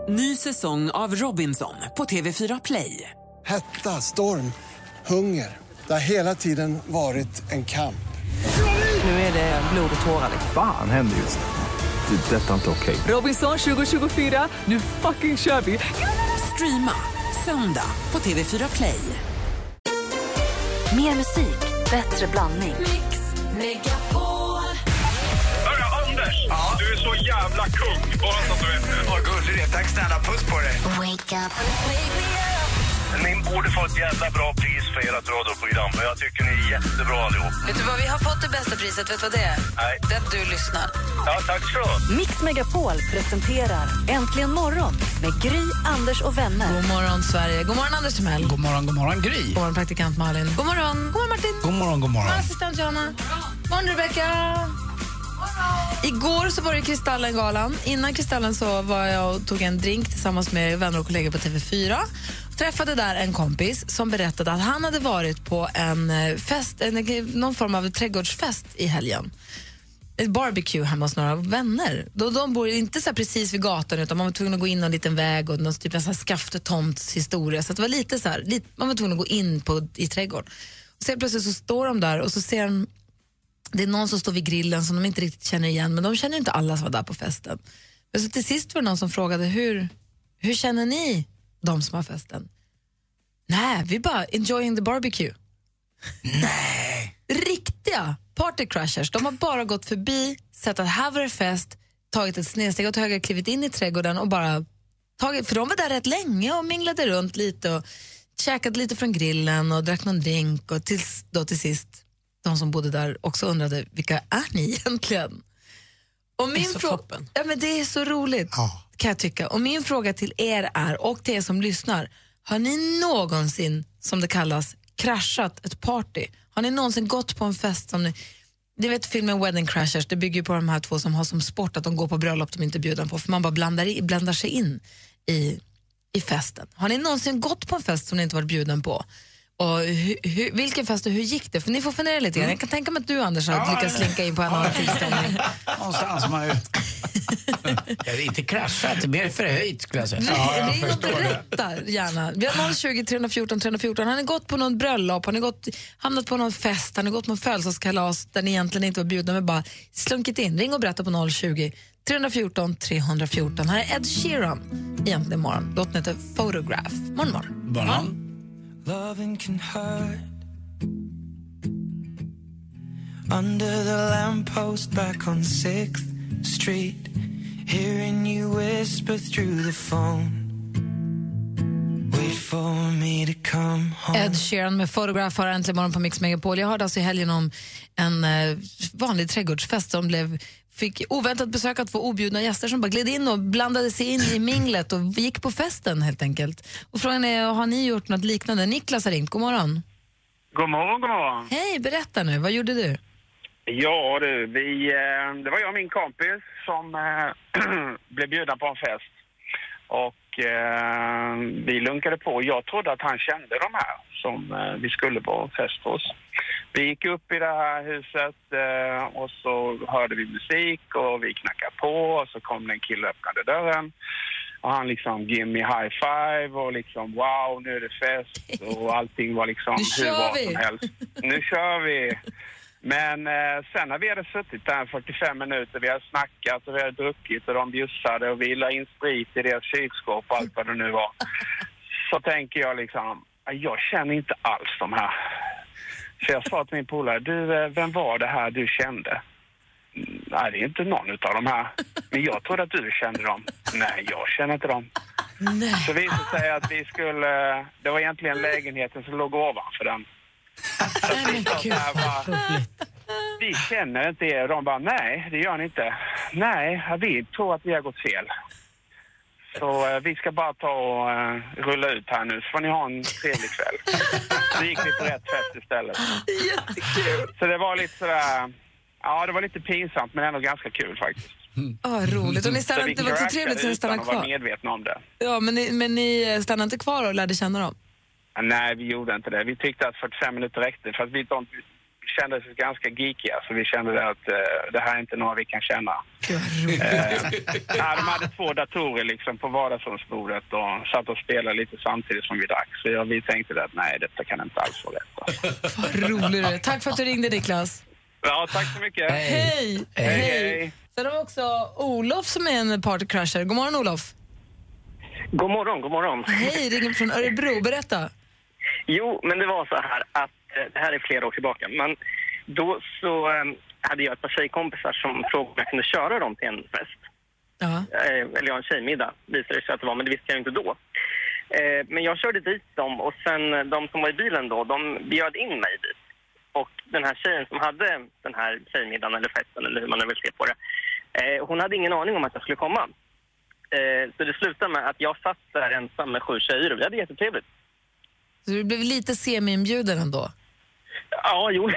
Ny säsong av Robinson på TV4 Play. Hetta, storm, hunger. Det har hela tiden varit en kamp. Nu är det blod och tårar. Fan händer just det. Det är detta inte okej. Robinson 2024, nu fucking kör vi. Streama söndag på TV4 Play. Mer musik, bättre blandning. Mix Megapol. Hörru, Anders, du är så jävla kung. Bara så att du vet det. Vad gullig det är. Tack snälla, puss på dig. Wake up. Ni borde få ett jävla bra pris för ert radioprogram. Och jag tycker ni är jättebra allihop. Vet du vad, vi har fått det bästa priset, vet du vad det är? Nej. Det är att du lyssnar. Ja, tack så. Mix Megapol presenterar Äntligen morgon med Gry, Anders och vänner. God morgon Sverige, god morgon Anders Timell. God morgon, Gry. God morgon praktikant Malin. God morgon Martin. God morgon. God morgon assistent Johanna. God morgon Rebecca. Igår så var det Kristallengalan. Innan Kristallen så var jag och tog en drink tillsammans med vänner och kollegor på TV4. Träffade där en kompis som berättade att han hade varit på en fest, någon form av trädgårdsfest i helgen. Ett barbecue hemma hos några vänner. De bor inte så precis vid gatan, utan man var tvungen att gå in en liten väg och någon typ av skaftetomtshistoria. Så det var lite så här, man var tvungen att gå in i trädgården. Och sen plötsligt så står de där och så ser de, det är någon som står vid grillen som de inte riktigt känner igen, men de känner inte alla som var där på festen. Men så till sist var det någon som frågade, hur känner ni de som har festen? Nej, vi bara enjoying the barbecue. Nej. Riktiga partycrashers. De har bara gått förbi, sett att här var det fest, tagit ett snedsteg åt höger, klivit in i trädgården och bara tagit, för de var där rätt länge och minglade runt lite och käkade lite från grillen och drack någon drink och till sist de som bodde där också undrade, vilka är ni egentligen? Och min fråga, ja, men det är så roligt, kan jag tycka. Och min fråga till er är, och till er som lyssnar, har ni någonsin, som det kallas, kraschat ett party? Har ni någonsin gått på en fest som ni vet filmen Wedding Crashers, det bygger på de här två som har som sport att de går på bröllop de inte bjuder på, för man bara blandar sig in i festen. Har ni någonsin gått på en fest som ni inte varit bjuden på? Och vilken fest och hur gick det? För ni får fundera lite grann. Jag kan tänka mig att du, Anders, har lyckats slinka in på en annan tillställning. Någonstans man ju... Jag är inte kraschat, det är mer förhöjt skulle jag säga. Ring och berätta gärna. Vi har 020 314 314. Har ni gått på någon bröllop? Har ni hamnat på någon fest? Har ni gått på någon födelsedagskalas där ni egentligen inte var bjudna men bara slunkit in? Ring och berätta på 020 314 314. Här är Ed Sheeran egentligen imorgon. Låten heter Photograph. Morgon. Loving can hurt. Under the lamppost back on 6th Street, hearing you whisper through the phone. Wait for me to come home. Ed Sheeran med Photograph har äntligen morgon på Mix Megapol. Jag hörde alltså i helgen om en vanlig trädgårdsfest som fick oväntat besök av 2 objudna gäster som bara gled in och blandade sig in i minglet och gick på festen helt enkelt. Och frågan är, har ni gjort något liknande? Niklas har ringt, god morgon. God morgon. Hej, berätta nu, vad gjorde du? Ja du, det var jag och min kompis som blev bjudna på en fest. Och vi lunkade på. Jag trodde att han kände de här som vi skulle på fest hos. Vi gick upp i det här huset och så hörde vi musik och vi knackade på och så kom det en kille och öppnade dörren. Och han liksom give me high five och liksom wow, nu är det fest och allting var liksom hur bra som helst. Nu kör vi! Men sen när vi hade suttit där 45 minuter, vi hade snackat och vi hade druckit och de bjussade och vi la in sprit i deras kylskåp och allt vad det nu var. Så tänker jag liksom, jag känner inte alls de här. Så jag sa till min polare, du, vem var det här du kände? Nej, det är inte någon utav de här. Men jag trodde att du kände dem. Nej, jag känner inte dem. Nej. Så vi säga att vi skulle, det var egentligen lägenheten som låg ovanför den. Vi känner inte er. De bara, nej, det gör ni inte. Nej, vi tror att vi har gått fel. Så vi ska bara ta och rulla ut här nu, så får ni ha en trevlig kväll. Så gick vi på rätt fest istället. Jättekul. Så det var lite sådär, ja, det var lite pinsamt men ändå ganska kul faktiskt. Roligt. Och ni stannade, det var så trevligt så ni stannade kvar. Jag var medveten om det. Ja, men ni stannade inte kvar och lärde känna dem? Nej, vi gjorde inte det. Vi tyckte att 45 minuter räckte för att vi kände sig ganska geekiga, så vi kände att det här är inte några vi kan känna. De hade 2 datorer liksom på vardagsrumsbordet och satt och spelade lite samtidigt som vi drack. Så vi tänkte att nej, detta kan inte alls vara rätt. Vad rolig du är. Tack för att du ringde, Niklas. Ja, tack så mycket. Hej. Sen har vi också Olof som är en partycrusher. God morgon, Olof. God morgon. Hej, ringer från Örebro. Berätta. Jo, men det var så här att det här är flera år tillbaka. Men då så hade jag ett par tjejkompisar som frågade om jag kunde köra dem till en fest. Eller en tjejmiddag, visade det sig att det var, men det visste jag inte då. Men jag körde dit dem och sen de som var i bilen då, de bjöd in mig dit. Och den här tjejen som hade den här tjejmiddagen eller festen eller hur man nu vill se på det, hon hade ingen aning om att jag skulle komma. Så det slutade med att jag satt där ensam med 7 tjejer och vi hade jättetrevligt. Så du blev lite semi-inbjuden ändå? Ja, jo.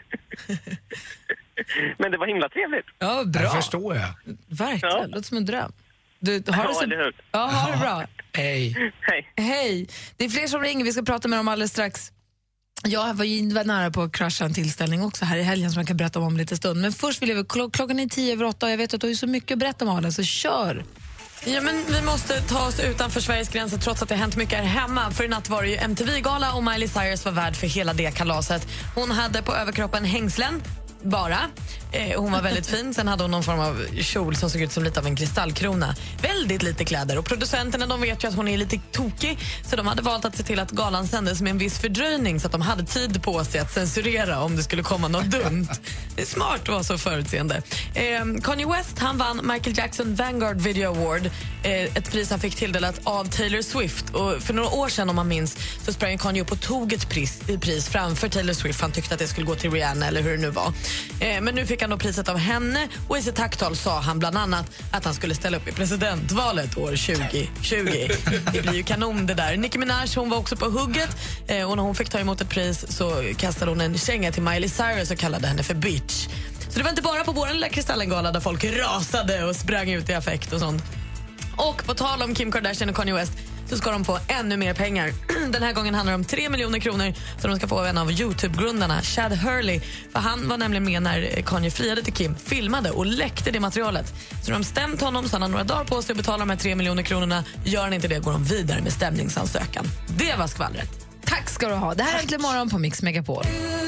Men det var himla trevligt. Ja, bra. Det förstår jag. Verkligen, det låter som en dröm. Du, har det så... eller hur? Ja, ha det bra. Hej. Det är fler som ringer, vi ska prata med dem alldeles strax. Jag var ju nära på att crasha en tillställning också här i helgen som jag kan berätta om lite stund. Men först vill jag klockan är 10:08 och jag vet att du har så mycket att berätta om, Malin, så kör! Ja, men vi måste ta oss utanför Sveriges gränser trots att det har hänt mycket här hemma. För i natt var det ju MTV-gala och Miley Cyrus var värd för hela det kalaset. Hon hade på överkroppen hängslen, bara. Hon var väldigt fin. Sen hade hon någon form av kjol som såg ut som lite av en kristallkrona. Väldigt lite kläder. Och producenterna, de vet ju att hon är lite tokig. Så de hade valt att se till att galan sändes med en viss fördröjning så att de hade tid på sig att censurera om det skulle komma något dumt. Det är smart att vara så förutseende. Kanye West, han vann Michael Jackson Vanguard Video Award. Ett pris han fick tilldelat av Taylor Swift. Och för några år sedan, om man minns, så sprang Kanye upp och tog ett pris framför Taylor Swift. Han tyckte att det skulle gå till Rihanna eller hur det nu var. Men nu fick han då priset av henne och i sitt tacktal sa han bland annat att han skulle ställa upp i presidentvalet år 2020. Det blir ju kanon det där. Nicki Minaj, hon var också på hugget och när hon fick ta emot ett pris så kastade hon en känga till Miley Cyrus och kallade henne för bitch. Så det var inte bara på vår lilla Kristallengala där folk rasade och sprang ut i affekt och sånt. Och på tal om Kim Kardashian och Kanye West så ska de få ännu mer pengar. Den här gången handlar det om 3 miljoner kronor som de ska få av en av YouTube-grundarna, Chad Hurley. För han var nämligen med när Kanye friade till Kim, filmade och läckte det materialet. Så de stämt honom, så han har några dagar på sig att betala de här 3 miljoner kronorna. Gör han inte det går de vidare med stämningsansökan. Det var skvallret. Tack ska du ha. Det här är Äntligen morgon på Mix Megapol.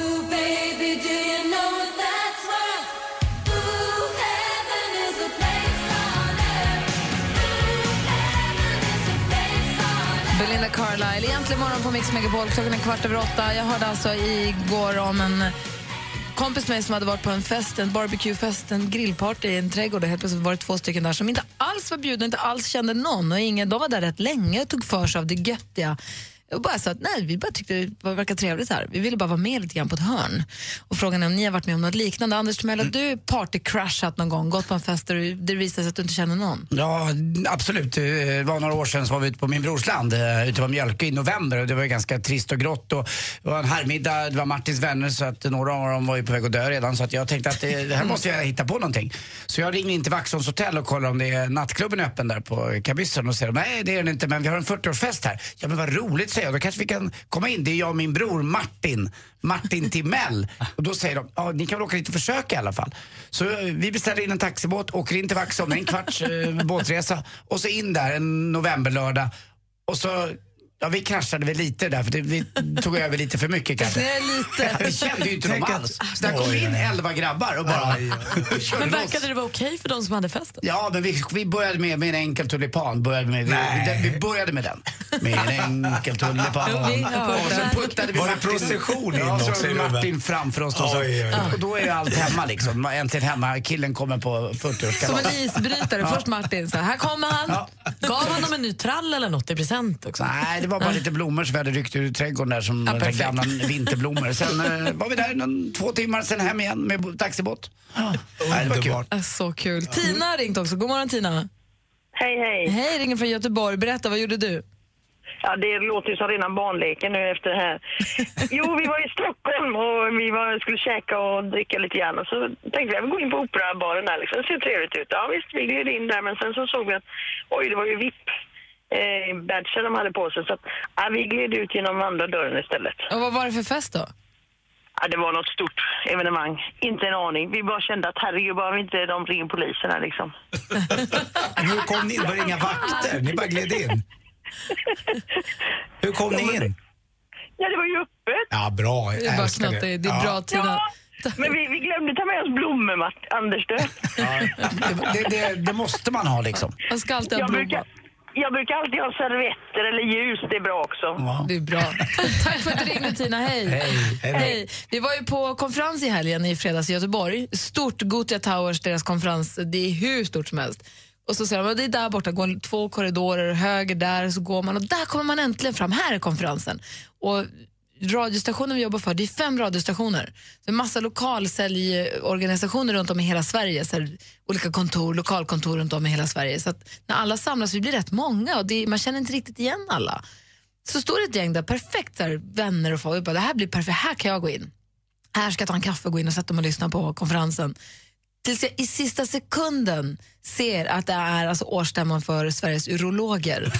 Belinda Carlisle, egentligen morgon på Mix Megapol, klockan är 7:15. Jag hörde alltså igår om en kompis med mig som hade varit på en fest, en barbecuefest, en grillparty i en trädgård och helt plötsligt var det 2 stycken där som inte alls var bjudna, inte alls kände någon och ingen, de var där rätt länge och tog för sig av det göttiga. Och bara så att nej, vi bara tyckte det verkade trevligt här. Vi ville bara vara med lite grann på ett hörn. Och frågan är om ni har varit med om något liknande. Anders Timell, du partycrashat någon gång, gått på en fest där det visade sig att du inte känner någon. Ja, absolut. Det var några år sedan så var vi ute på min brors land, ute på Mjölkö i november och det var ganska trist och grått och det var en härmiddag, det var Martins vänner så att några av dem var ju på väg att dö redan så att jag tänkte att det här måste jag hitta på någonting. Så jag ringde in till Vaxholms hotell och kollade om det är nattklubben är öppen där på Kabyssen och säger nej det är den inte men vi har en 40-årsfest här. Ja men vad roligt säger jag, då kanske vi kan komma in, det är jag och min bror Martin Timell. Och då säger de, ja ni kan väl åka lite och försöka i alla fall. Så vi beställer in en taxibåt, åker in till Vaxholm, en kvarts båtresa och så in där en novemberlördag och så ja, vi kraschade väl lite där för vi tog över lite för mycket kanske. Vi kände ju inte dem alls. Så där kom in 11 grabbar och bara men verkade det vara okej för de som hade festen? Ja, men vi började med en enkel tulipan. Vi började med den. Med en enkel tulipan. Och sen puttade vi Martin framför oss. Och då är allt hemma liksom. Äntligen hemma. Killen kommer på 40-årskalas. Som en isbrytare. Först Martin, så här kommer han. Gav han dem en ny trall eller något i present också? Nej, det var bara lite blommor som vi hade ryckt ur trädgården där som gamla vinterblommor. Sen var vi där 2 timmar, sen hem igen med taxibåt. Det var kul. Så kul. Tina har ringt också. God morgon Tina. Hej. Hej, ringer från Göteborg. Berätta, vad gjorde du? Ja, det låter ju som rena barnleken nu efter det här. Jo, vi var i Stockholm och vi skulle käka och dricka lite grann. Och så tänkte jag gå in på operabaren där liksom. Det ser trevligt ut. Ja visst, vi gled in där men sen så såg vi att oj, det var ju VIP. Badger de hade på sig så att vi gled ut genom andra dörren istället. Och vad var det för fest då? Ja, det var något stort evenemang. Inte en aning. Vi bara kände att herregud, bara inte de ringer polisen här liksom. Hur kom ni in? Var det inga vakter? Ni bara gled in. Hur kom ni in? Ja, det var ju öppet. Ja, bra. Det är bara knappt, det är bra, Tina. Ja, men vi glömde ta med oss blommor, Anders. Det måste man ha liksom. Man ska alltid ha blommor. Jag brukar alltid ha servetter eller ljus, det är bra också. Ja. Det är bra. Tack för att du ringde, Tina. Hej. Hej. Vi var ju på konferens i helgen i fredags i Göteborg. Stort, Gothia Towers, deras konferens. Det är hur stort som helst. Och så säger de, det är där borta, går 2 korridorer, höger där, så går man och där kommer man äntligen fram. Här är konferensen. Och radiostationen vi jobbar för, det är 5 radiostationer. Så en massa lokalsäljorganisationer runt om i hela Sverige. Så här, olika kontor, lokalkontor runt om i hela Sverige. Så att när alla samlas, vi blir rätt många och man känner inte riktigt igen alla. Så står det ett gäng där, perfekt så här, vänner och folk. Och bara, det här blir perfekt, här kan jag gå in. Här ska jag ta en kaffe och gå in och sätta mig och lyssna på konferensen. Tills jag i sista sekunden ser att det är alltså årsstämman för Sveriges urologer.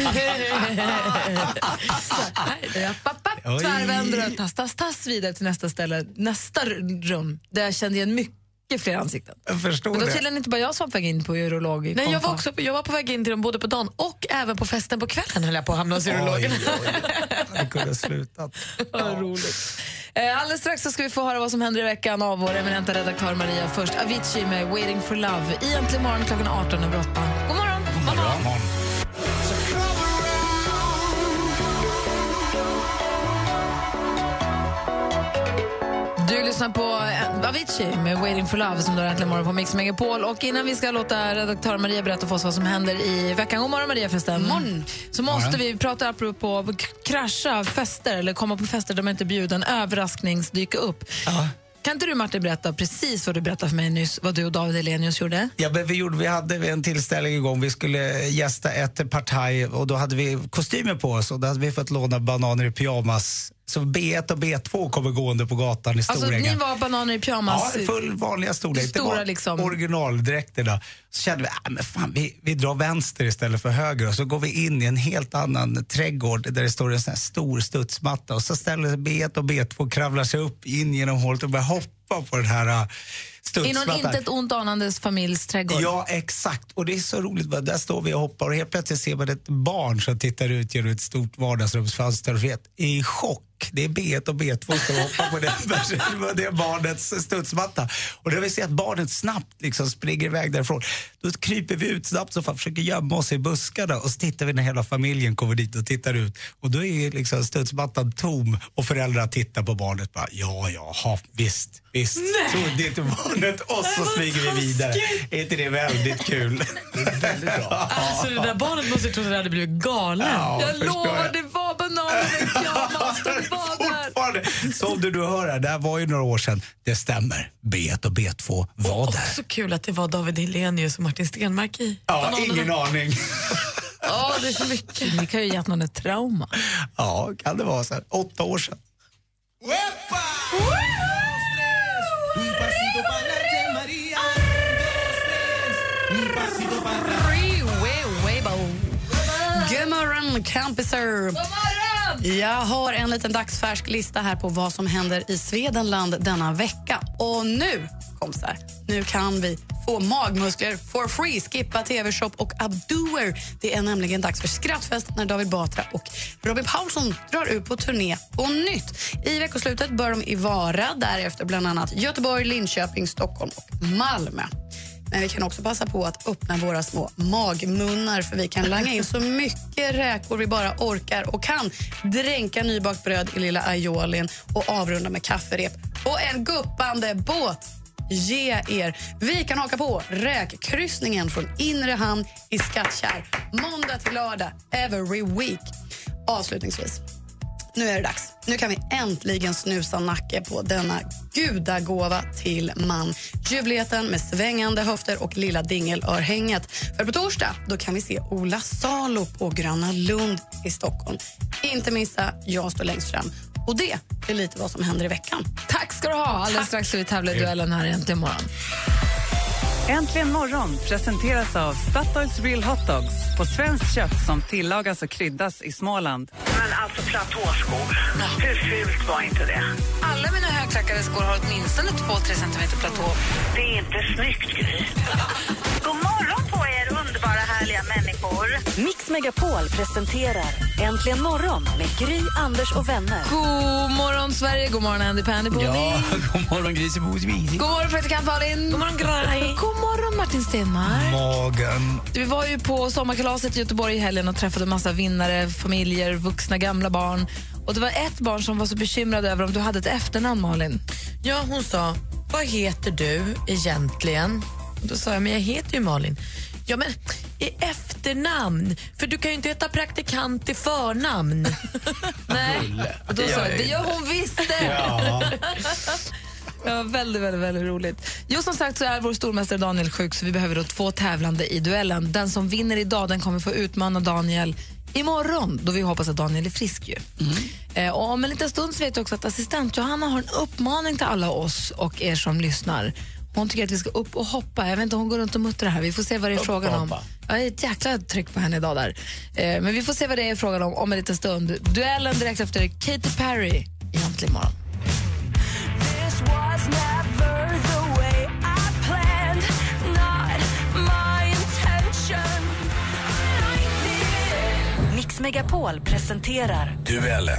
Tvärvänder och tass vidare till nästa ställe, nästa rum, där jag kände igen mycket fler ansikten. Jag förstår det. Men då tydligen inte bara jag som var på väg in på urolog. Nej, jag var på väg in till dem både på dagen och även på festen på kvällen höll jag på att hamna hos urologen. Det kunde ha slutat. Vad roligt. Alldeles strax så ska vi få höra vad som händer i veckan av vår eminenta redaktör Maria. Först Avicii med Waiting for Love. I Äntligen morgon klockan 18:08. God morgon! God morgon! Du lyssnar på Avicii med Waiting for Love som du har äntligen morgon på Mix Megapol. Och innan vi ska låta redaktör Maria berätta för oss vad som händer i veckan. God morgon Maria förresten. Så måste vi prata apropå krascha fester eller komma på fester där man inte bjuden, överraskningsdyka upp. Ja. Kan inte du, Martin, berätta precis vad du berättade för mig nyss, vad du och David Elenius gjorde? Ja, men vi hade en tillställning igång. Vi skulle gästa ett partaj och då hade vi kostymer på oss och då hade vi fått låna bananer i pyjamas. Så B1 och B2 kommer gående på gatan i Storäng. Alltså ni var bananer i pyjamas? Ja, full vanliga storlek. Stora, det var liksom. Originaldräkterna. Så kände vi, men fan, vi drar vänster istället för höger. Och så går vi in i en helt annan trädgård där det står en sån här stor studsmatta. Och så ställer sig B1 och B2 kravlar sig upp in genom hålet och börjar hoppa på den här studsmattan. I någon inte ett ont anandes familjs trädgård. Ja, exakt. Och det är så roligt. Där står vi och hoppar och helt plötsligt ser man ett barn som tittar ut genom ett stort vardagsrumsfönster och är i chock. Det är B1 och B2 som hoppar på det barnets studsmatta. Och då vill vi se att barnet snabbt liksom springer iväg därifrån. Då kryper vi ut snabbt och försöker gömma oss i buskarna och så tittar vi när hela familjen kommer dit och tittar ut. Och då är liksom studsmattan tom och föräldrar tittar på barnet bara, visst. Trodde inte barnet och så smyger vi vidare. Är inte det väldigt kul? Det är väldigt bra. Alltså det där barnet måste tro att det hade blivit galen. Ja, jag lovar, det var bananer i pyjamas. Fortfarande. Som du hör här, det här var ju några år sedan. Det stämmer. B1 och B2 var där. Så kul att det var David Elenius och Martin Stenmark i. Ja, ingen aning. Det är så mycket. Ni kan ju gett någon ett trauma. Ja, kan det vara så här. 8 år sedan. God morgon, campisar. Jag har en liten dagsfärsk lista här på vad som händer i Svedenland denna vecka. Och nu, kompisar, nu kan vi få magmuskler for free. Skippa TV-shop och Abdoer. Det är nämligen dags för skrattfest när David Batra och Robin Paulsson drar ut på turné på nytt. I veckoslutet bör de i Vara, därefter bland annat Göteborg, Linköping, Stockholm och Malmö. Men vi kan också passa på att öppna våra små magmunnar för vi kan langa in så mycket räkor vi bara orkar och kan dränka nybakt bröd i lilla aiolin och avrunda med kafferep och en guppande båt. Ge er. Vi kan haka på räkkryssningen från Inre hamn i Skattkärr måndag till lördag every week. Avslutningsvis, nu är det dags. Nu kan vi äntligen snusa nacke på denna gudagåva till man. Jubileten med svängande höfter och lilla dingelörhänget. För på torsdag då kan vi se Ola Salo på Gröna Lund i Stockholm. Inte missa, jag står längst fram. Och det är lite vad som händer i veckan. Tack ska du ha. Alldeles strax ska vi tävla i duellen här Äntligen morgon. Äntligen morgon presenteras av Statoils Real Hot Dogs på svenskt kött som tillagas och kryddas i Småland. Men alltså platåskor. Hur fult var inte det? Alla mina högklackade skor har åtminstone 2-3 centimeter platå. Det är inte snyggt, Gry. God morgon på er underbara härliga människor. Mix Megapol presenterar Äntligen morgon med Gry, Anders och vänner. God morgon Sverige, god morgon Andy Pandy. Ja, god morgon Grisebos. God morgon praktikant Malin. God morgon Gry. God morgon Martin Stenmark. Magen. Vi var ju på sommarkalaset i Göteborg i helgen och träffade en massa vinnare, familjer, vuxna, gamla barn. Och det var ett barn som var så bekymrad över om du hade ett efternamn, Malin. Ja, hon sa, vad heter du egentligen? Och då sa jag, men jag heter ju Malin. Ja, men i efternamn, för du kan ju inte heta praktikant i förnamn. Nej, och då sa jag, det gör hon visst det. Ja. Ja, väldigt, väldigt, väldigt roligt. Just som sagt så är vår stormästare Daniel sjuk, så vi behöver då 2 tävlande i duellen. Den som vinner idag, den kommer få utmana Daniel imorgon, då vi hoppas att Daniel är frisk ju. Och om en liten stund så vet jag också att assistent Johanna har en uppmaning till alla oss och er som lyssnar. Hon tycker att vi ska upp och hoppa. Jag vet inte, hon går runt och muttrar här. Vi får se vad det är frågan om. Jag är ett jäkla tryck på henne idag där. Men vi får se vad det är frågan om en liten stund. Duellen direkt efter Katy Perry i Äntligen morgon. Mix Megapol presenterar Duellen.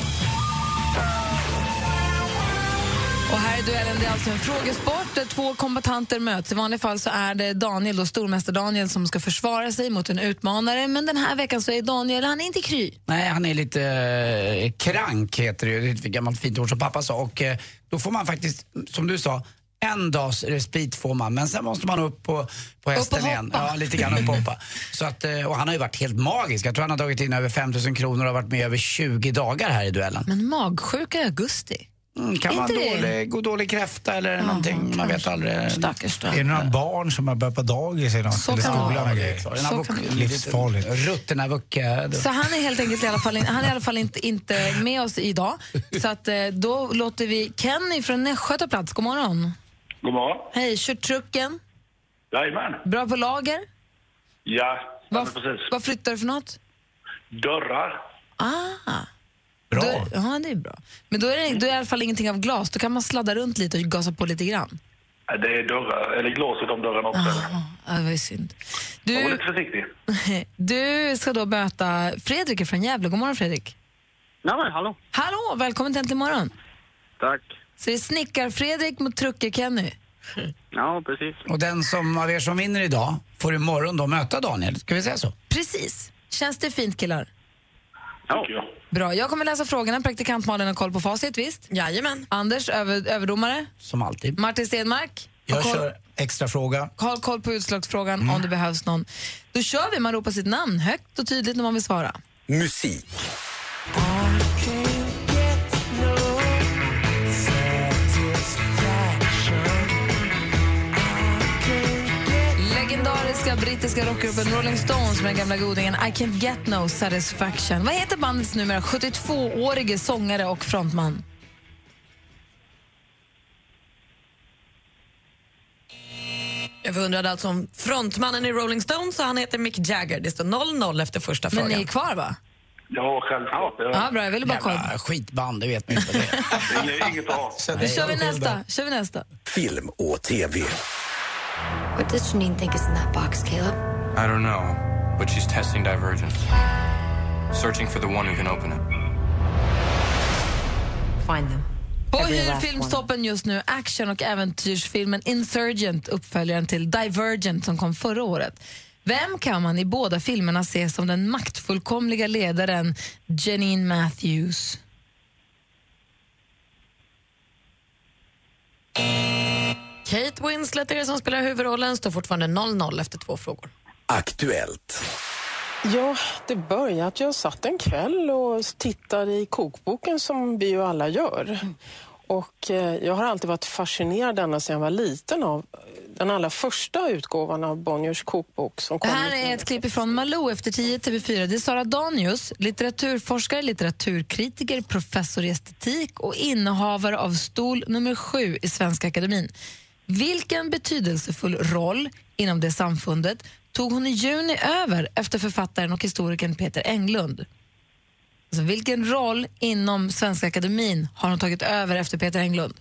Och här är duellen, det är alltså en frågesport där 2 kombatanter möts. I vanliga fall så är det Daniel, då stormästare Daniel, som ska försvara sig mot en utmanare. Men den här veckan så är Daniel, han är inte kry. Nej, han är lite krank heter det. Det är ett gammalt fint ord som pappa sa. Och då får man faktiskt, som du sa, en dags respit får man, men sen måste man upp på hästen igen. Ja, lite grann upp och hoppa. Så att, och han har ju varit helt magisk. Jag tror han har tagit in över 5 000 kronor och har varit med över 20 dagar här i duellen. Men magsjuka i augusti? Kan man gå dålig kräfta eller någonting? Man vet aldrig. Stackars. Är det några barn som har börjat på dagis eller skolan och grejer? Livsfarligt. Rutterna vucka. Så han är helt enkelt i alla fall inte med oss idag. Så att då låter vi Kenny från Nässjö ta plats. God morgon. God morgon. Hej, kör trucken. Jajamän. Bra på lager? Ja, precis. Vad flyttar du för något? Dörrar. Bra. Ja, det är bra. Men då är det i alla fall ingenting av glas. Då kan man sladda runt lite och gasa på lite grann. Det är dörrar, eller glas i de dörrarna också. Det var ju synd. Jag var lite försiktig. Du ska då möta Fredrik från Gävle. God morgon, Fredrik. Ja, men hallå. Hallå, välkommen till Äntligen morgon. Tack. Så det är snickar-Fredrik mot trucker-Kenny. Ja, precis. Och den som av er som vinner idag får imorgon då möta Daniel. Ska vi säga så? Precis. Känns det fint, killar? Ja. Bra, jag kommer läsa frågorna. Praktikant Malin har koll på facit, visst? Jajamän. Anders, överdomare. Som alltid. Martin Stenmark. Jag kör extra fråga. Har koll på utslagsfrågan om det behövs någon. Då kör vi, man ropar sitt namn högt och tydligt när man vill svara. Musik. Legendariska brittiska rockgruppen Rolling Stones med den gamla godingen I Can't Get No Satisfaction. Vad heter bandets numera 72-årige sångare och frontman? Jag undrade alltså om frontmannen i Rolling Stones, så han heter Mick Jagger. Det står 0-0 efter första frågan. Men ni är kvar, va? Ja, självklart. Ja, bra, jag ville bara kolla. Skitband, det vet man inte. Det är inget att ha. Nu kör vi nästa. Film och TV. What does Janine think is in that box, Caleb? I don't know, but she's testing divergence. Searching for the one who can open it. Find them. På hyrfilmstoppen just nu, action- och äventyrsfilmen Insurgent, uppföljaren till Divergent som kom förra året. Vem kan man i båda filmerna se som den maktfullkomliga ledaren Janine Matthews? Kate Winslet är det som spelar huvudrollen. Står fortfarande 0-0 efter 2 frågor. Aktuellt. Ja, det började att jag satt en kväll och tittade i kokboken som vi ju alla gör. Och jag har alltid varit fascinerad ända sedan jag var liten av den allra första utgåvan av Bonniers kokbok. Som kom. Det här är ett klipp ifrån Malou efter 10 TV4. Det är Sara Danius, litteraturforskare, litteraturkritiker, professor i estetik och innehavare av stol nummer 7 i Svenska Akademin. Vilken betydelsefull roll inom det samfundet tog hon i juni över efter författaren och historikern Peter Englund? Alltså, vilken roll inom Svenska Akademin har hon tagit över efter Peter Englund?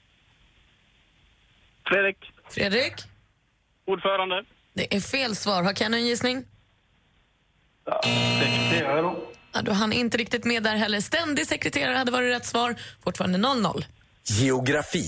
Fredrik? Ordförande. Det är fel svar. Har Kenny en gissning? Ja, sekreterare då. Ja, då han inte riktigt med där heller. Ständig sekreterare hade varit rätt svar. Fortfarande 0-0. Geografi.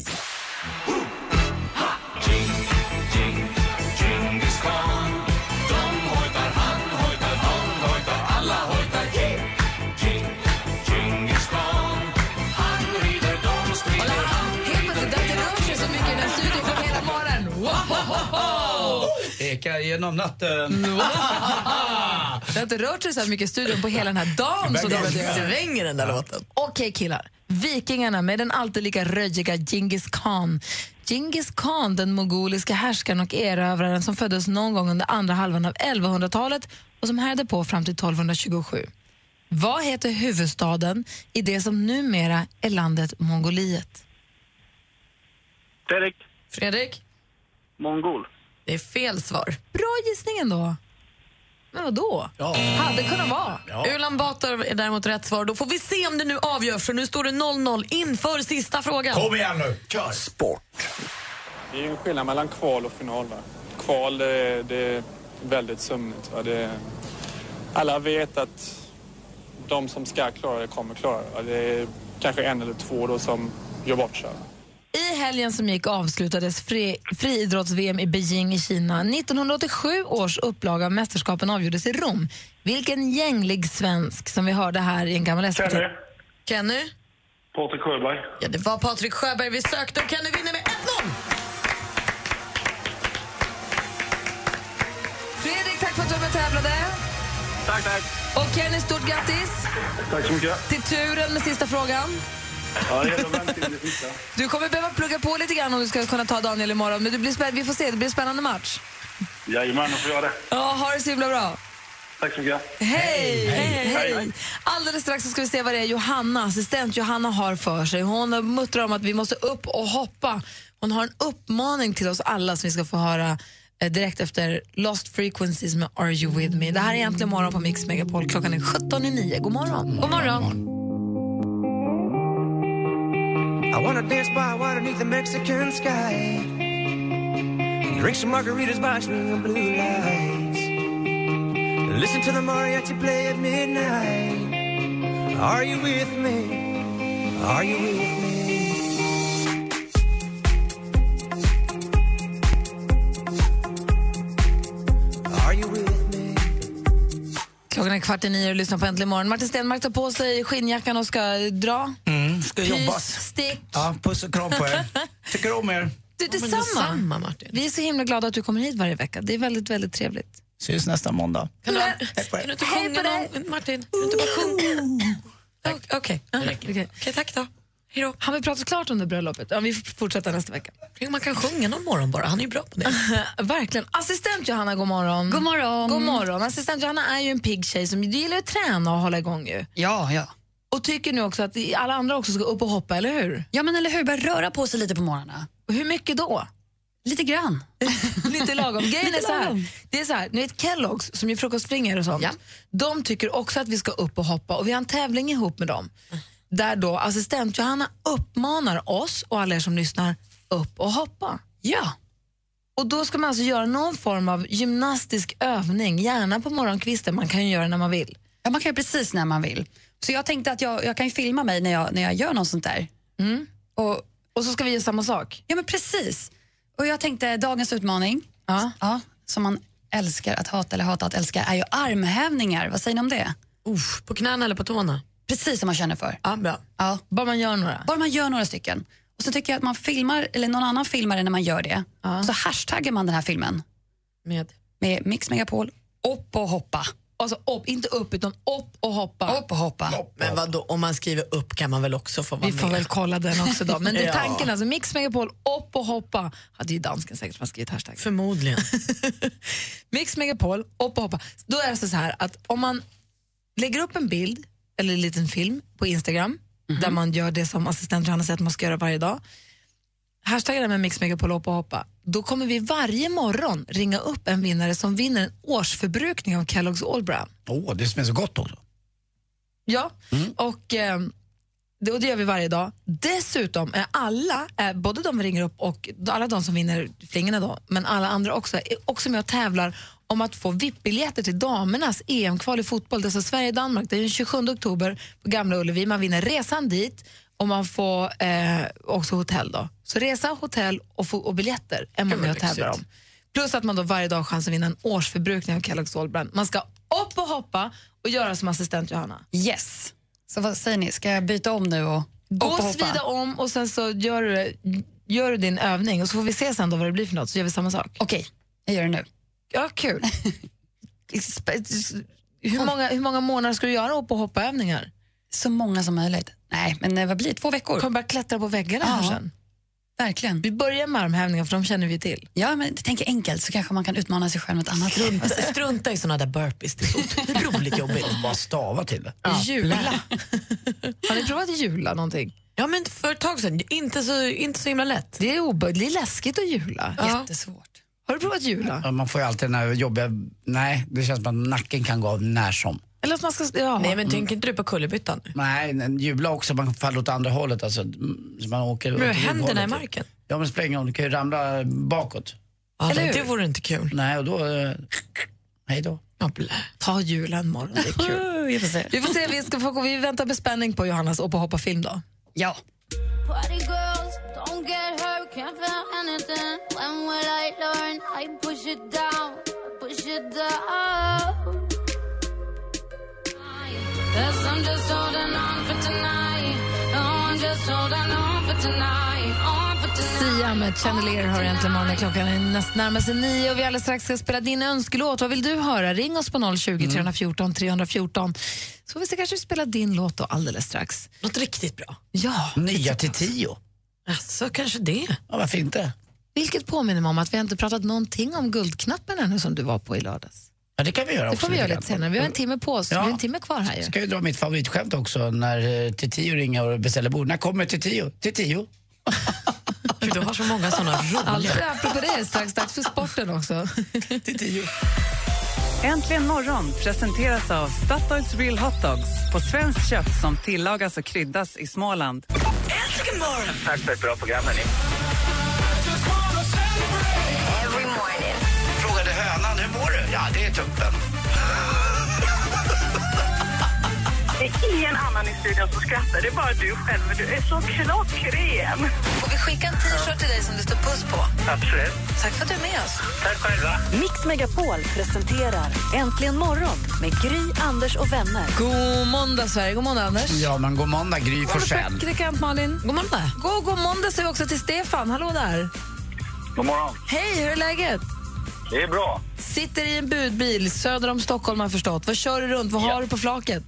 Ekar genom natten. Det har inte rört sig så här mycket i studion på hela den här dagen. Så svänger den där låten. Okej, killar. Vikingarna med den alltid lika röjiga Genghis Khan. Genghis Khan, den mongoliska härskaren och erövraren som föddes någon gång under andra halvan av 1100-talet och som härjade på fram till 1227. Vad heter huvudstaden i det som numera är landet Mongoliet? Fredrik? Mongol. Det är fel svar. Bra gissning ändå. Men vadå? Ja. Hade kunnat vara. Ja. Ulan Bator är däremot rätt svar. Då får vi se om det nu avgörs. För nu står det 0-0 inför sista frågan. Kom igen nu, kör! Sport. Det är en skillnad mellan kval och final. Va? Kval, det är väldigt sömnigt. Va? Alla vet att de som ska klara det kommer klara det. Va? Det är kanske en eller två då som gör bort sig. I helgen som gick avslutades friidrotts-VM i Beijing i Kina. 1987 års upplaga av mästerskapen avgjordes i Rom. Vilken gänglig svensk som vi hörde här i en gammal SVT? Kenny? Patrik Sjöberg. Ja, det var Patrik Sjöberg vi sökte och Kenny vinner med 1-0. Fredrik, tack för att du var med och tävlade. Tack. Och Kenny, stort grattis. Tack så mycket. Till turen med sista frågan. Ja, det är verkligen det sista. Du kommer behöva plugga på lite grann om du ska kunna ta Daniel imorgon. Men vi får se, det blir en spännande match. Jajamän, då får jag det. Ja, ha det så himla bra. Tack så mycket. Hej! Alldeles strax så ska vi se vad det är Johanna, assistent Johanna, har för sig. Hon muttrar om att vi måste upp och hoppa. Hon har en uppmaning till oss alla som vi ska få höra direkt efter Lost Frequencies med Are You With Me. Det här är egentligen morgon på Mix Megapol. Klockan är 17:09. God morgon. God morgon. I wanna dance by water beneath the Mexican sky. Drink some margaritas by swinging blue lights. Listen to the mariachi play at midnight. Are you with me? Are you with me? Are you with me? Klockan är 8:45 och lyssnar på Äntligen morgon. Martin Stenmark tar på sig skinnjackan och ska dra. Ska jobba. Stick. Ja, puss och kram på er. Tycker om er. Du, detsamma, Martin. Vi är så himla glada att du kommer hit varje vecka. Det är väldigt, väldigt trevligt. Syns nästa måndag. Kan du inte sjunga någon, Martin? Kan du inte bara sjunga? Okej, tack då. Hejdå. Han vill prata klart om det bröllopet. Ja, vi får fortsätta nästa vecka. Man kan sjunga någon morgon bara. Han är ju bra på det. Verkligen. Assistent Johanna, god morgon. God morgon. God morgon. Assistent Johanna är ju en pigg tjej som du gillar att träna och hålla igång ju. Ja. Och tycker nu också att alla andra också ska upp och hoppa, eller hur? Ja, men eller hur? Börja röra på sig lite på morgnarna. Och hur mycket då? Lite grann. Lite lagom. Grejen är så här. Det är så här, ni vet Kellogg's som ju frukostspringer och sånt. Ja. De tycker också att vi ska upp och hoppa och vi har en tävling ihop med dem. Där då assistent Johanna uppmanar oss och alla er som lyssnar upp och hoppa. Ja. Och då ska man alltså göra någon form av gymnastisk övning, gärna på morgonkvisten. Man kan ju göra när man vill. Ja, man kan ju precis när man vill. Så jag tänkte att jag kan ju filma mig när jag gör något sånt där. Mm. Och så ska vi göra samma sak. Ja, men precis. Och jag tänkte dagens utmaning, som man älskar att hata eller hata att älska, är ju armhävningar. Vad säger ni om det? På knäna eller på tårna? Precis som man känner för. Ja, bra. Ja. Bara man gör några? Bara man gör några stycken. Och så tycker jag att man filmar, eller någon annan filmar när man gör det. Så hashtaggar man den här filmen. Med Mix Megapol, upp och hoppa. Alltså inte upp utan upp och hoppa. Upp och hoppa. Men vadå, om man skriver upp kan man väl också få vara med? Vi får väl kolla den också då. Men det är tanken, alltså Mix Megapol, upp och hoppa. Hade ju dansken säkert som har skrivit hashtag. Förmodligen. Mix Megapol, upp och hoppa. Då är det så här att om man lägger upp en bild eller en liten film på Instagram där man gör det som assistent Johanna säger att man ska göra varje dag. Hashtagga med Mix Megapol, upp och hoppa. Då kommer vi varje morgon ringa upp en vinnare som vinner en årsförbrukning av Kellogg's All Brown. Det smakar så gott också. Ja, och det gör vi varje dag. Dessutom är både de vi ringer upp och alla de som vinner flingorna då, men alla andra också, är också med och tävlar om att få VIP-biljetter till damernas EM-kval i fotboll. Det är så Sverige-Danmark, det är den 27 oktober på Gamla Ullevi. Man vinner resan dit och man får också hotell då. Så resa, hotell och biljetter är man med och tävlar om. Plus att man då varje dag har chans att vinna en årsförbrukning av Kellogg's All Brand. Man ska upp och hoppa och göra som assistent Johanna. Yes. Så vad säger ni? Ska jag byta om nu och gå och svida om och sen så gör du din övning och så får vi se sen då vad det blir för något, så gör vi samma sak. Okej, jag gör det nu. Ja, kul. Hur många månader ska du göra upp och hoppa-övningar? Så många som möjligt. Nej, men vad blir det? 2 veckor? Kommer bara klättra på väggarna här sen. Verkligen. Vi börjar med armhävningar för de känner vi till. Ja, men tänk enkelt så kanske man kan utmana sig själv med ett annat. Strunta i såna där burpees. Det är så otroligt jobbigt. Bara stava till det. Ja. Jula. Har ni provat jula någonting? Ja, men för ett tag sedan. Inte så himla lätt. Det är läskigt att jula. Ja. Jättesvårt. Har du provat jula? Ja, man får ju alltid den här jobbiga... Nej, det känns som att nacken kan gå av när som. Eller att man ska... Ja. Nej, men tänker inte du på kullerbyttan? Nej, jula också, man faller åt andra hållet. Alltså, så man åker men händerna i marken? Ja, men spelar ingen roll, du kan ju ramla bakåt. Ja, det vore inte kul. Nej, och då... hej då. Ta julen imorgon, det är kul. Vi får se, vi väntar med spänning på Johannas och på Hoppa film då. Ja. Party girls, don't get hurt, can't feel anything. When will I learn? I push it down, push it down. 'Cause I'm just holding on for tonight. Oh, I'm just holding on for tonight. Sia med Chandelier hör äntligen morgon. Klockan är närmar sig 9 och vi alldeles strax ska spela din önskelåt. Vad vill du höra? Ring oss på 020 314 314. Så vi ska kanske spela din låt då alldeles strax. Något riktigt bra. Ja. Nya till 10. Alltså, kanske det. Ja, varför inte? Vilket påminner mig om att vi inte pratat någonting om Guldknappen ännu som du var på i lördags. Ja, det kan vi göra också. Det får vi göra lite senare. Vi har en timme på oss. Ja. Vi har en timme kvar här ju. Ska jag dra mitt favoritskämt också när Tio ringer och beställer bord. När kommer Tio? Tio. Du har så många sådana roliga. Apropå det, strax dags för sporten också. Tio. Äntligen morgon presenteras av Statoils Real Hot Dogs på svenskt kött som tillagas och kryddas i Småland. Äntligen morgon! Tack för ett bra program, hörni. Frågade hönan, hur mår du? Ja, det är tuppen. Det är ingen annan i studion som skrattar, det är bara du själv. Du är så klockren. Får vi skicka en t-shirt till dig som det står puss på? Absolut. Tack för att du är med oss. Tack själva. Mix Megapol presenterar Äntligen morgon med Gry, Anders och vänner. God måndag Sverige, god måndag Anders. Ja, men god måndag Gry Forssell. Praktikant Malin. God måndag. God måndag säger vi också till Stefan, hallå där. God morgon. Hej, hur är läget? Det är bra. Sitter i en budbil söder om Stockholm har förstått. Vad kör du runt, vad har du på flaket?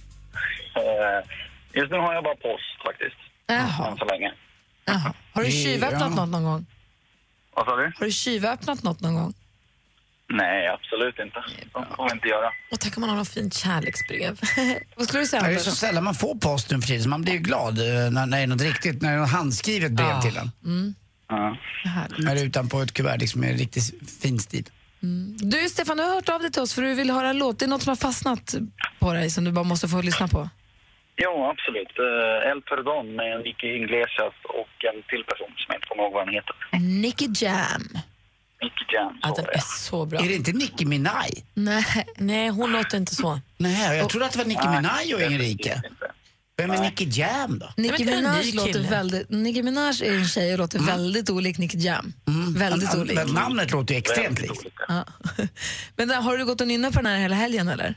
Just nu har jag bara post faktiskt. Jaha. Än så länge. Jaha. Har du tjuvöppnat något någon gång? Vad sa du? Har du tjuvöppnat något någon gång? Nej, absolut inte. Det får vi inte göra. Och tack om man har något fint kärleksbrev. Vad skulle du säga? Det är så sällan man får post nu för tiden, så man blir ju glad när det är något riktigt, när det är något handskrivet brev till en. Ja. När det är utanpå ett kuvert liksom med riktigt fin stil. Du Stefan, du har hört av dig till oss för du vill höra en låt. Det är något som har fastnat på dig som du bara måste få lyssna på. Jo, absolut. El Perdón med Nicky Iglesias och en till person som jag inte kommer ihåg vad han heter. Nicky Jam. Nicky Jam, så den är så bra. Är det inte Nicki Minaj? Nej, hon låter inte så. Nej, jag trodde att det var Nicki Minaj och Enrique. Vem är Nicky Jam då? Nicki Minaj låter väldigt... Nicki Minaj är en tjej och låter väldigt olik Nicky Jam. Väldigt olik. Men namnet låter ju extremt likt. Ja. Men där, har du gått och nynna på den här hela helgen eller?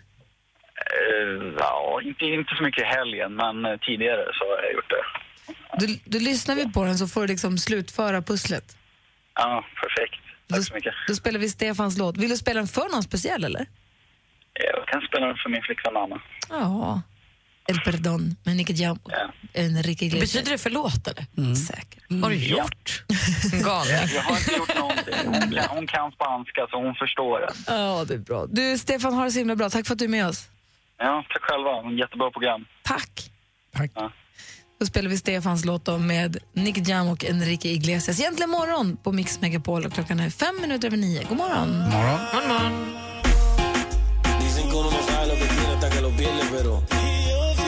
Ja, inte så mycket i helgen, men tidigare så har jag gjort det. Du lyssnar vi på den så får du liksom slutföra pusslet. Ja, perfekt. Tack så mycket. Då spelar vi Stefans låt. Vill du spela den för någon speciell eller? Jag kan spela den för min flickvän Anna. Ja. El Perdón med Nicky Jam och Enrique Iglesias. Betyder det förlåt eller? Säkert. Har du gjort? Galning. Jag har inte gjort någonting. Hon kan spanska så hon förstår det. Ja, det är bra. Du Stefan, har det så himla bra. Tack för att du är med oss. Ja, tack själva. En jättebra program. Tack. Ja. Då spelar vi Stefans låt då med Nicky Jam och Enrique Iglesias. Egentligen morgon på Mix Megapol och klockan är 9:05. God morgon. Morgon. Morgon. Dicen que uno no sabe lo que tiene hasta que lo pierde, pero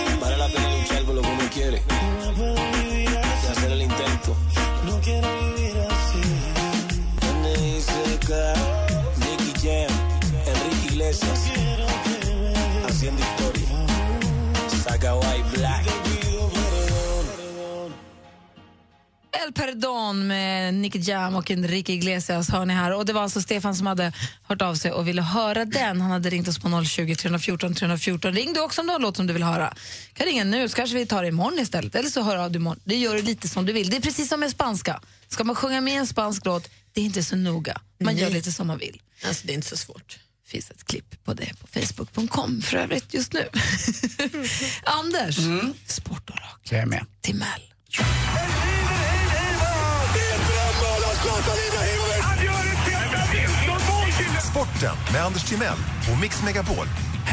Perdón med Nicky Jam och Enrique Iglesias hör ni här. Och det var alltså Stefan som hade hört av sig och ville höra den. Han hade ringt oss på 020-314 314. Ring du också om du har en låt som du vill höra. Kan ringa nu så kanske vi tar det imorgon istället. Eller så hör av du imorgon. Det gör du lite som du vill. Det är precis som med spanska. Ska man sjunga med en spansk låt, det är inte så noga. Man gör lite som man vill. Alltså det är inte så svårt. Det finns ett klipp på det på facebook.com för övrigt just nu. Anders, sportorak. Jag är med. Timell. Sporten med Anders Timell och Mix Megapol.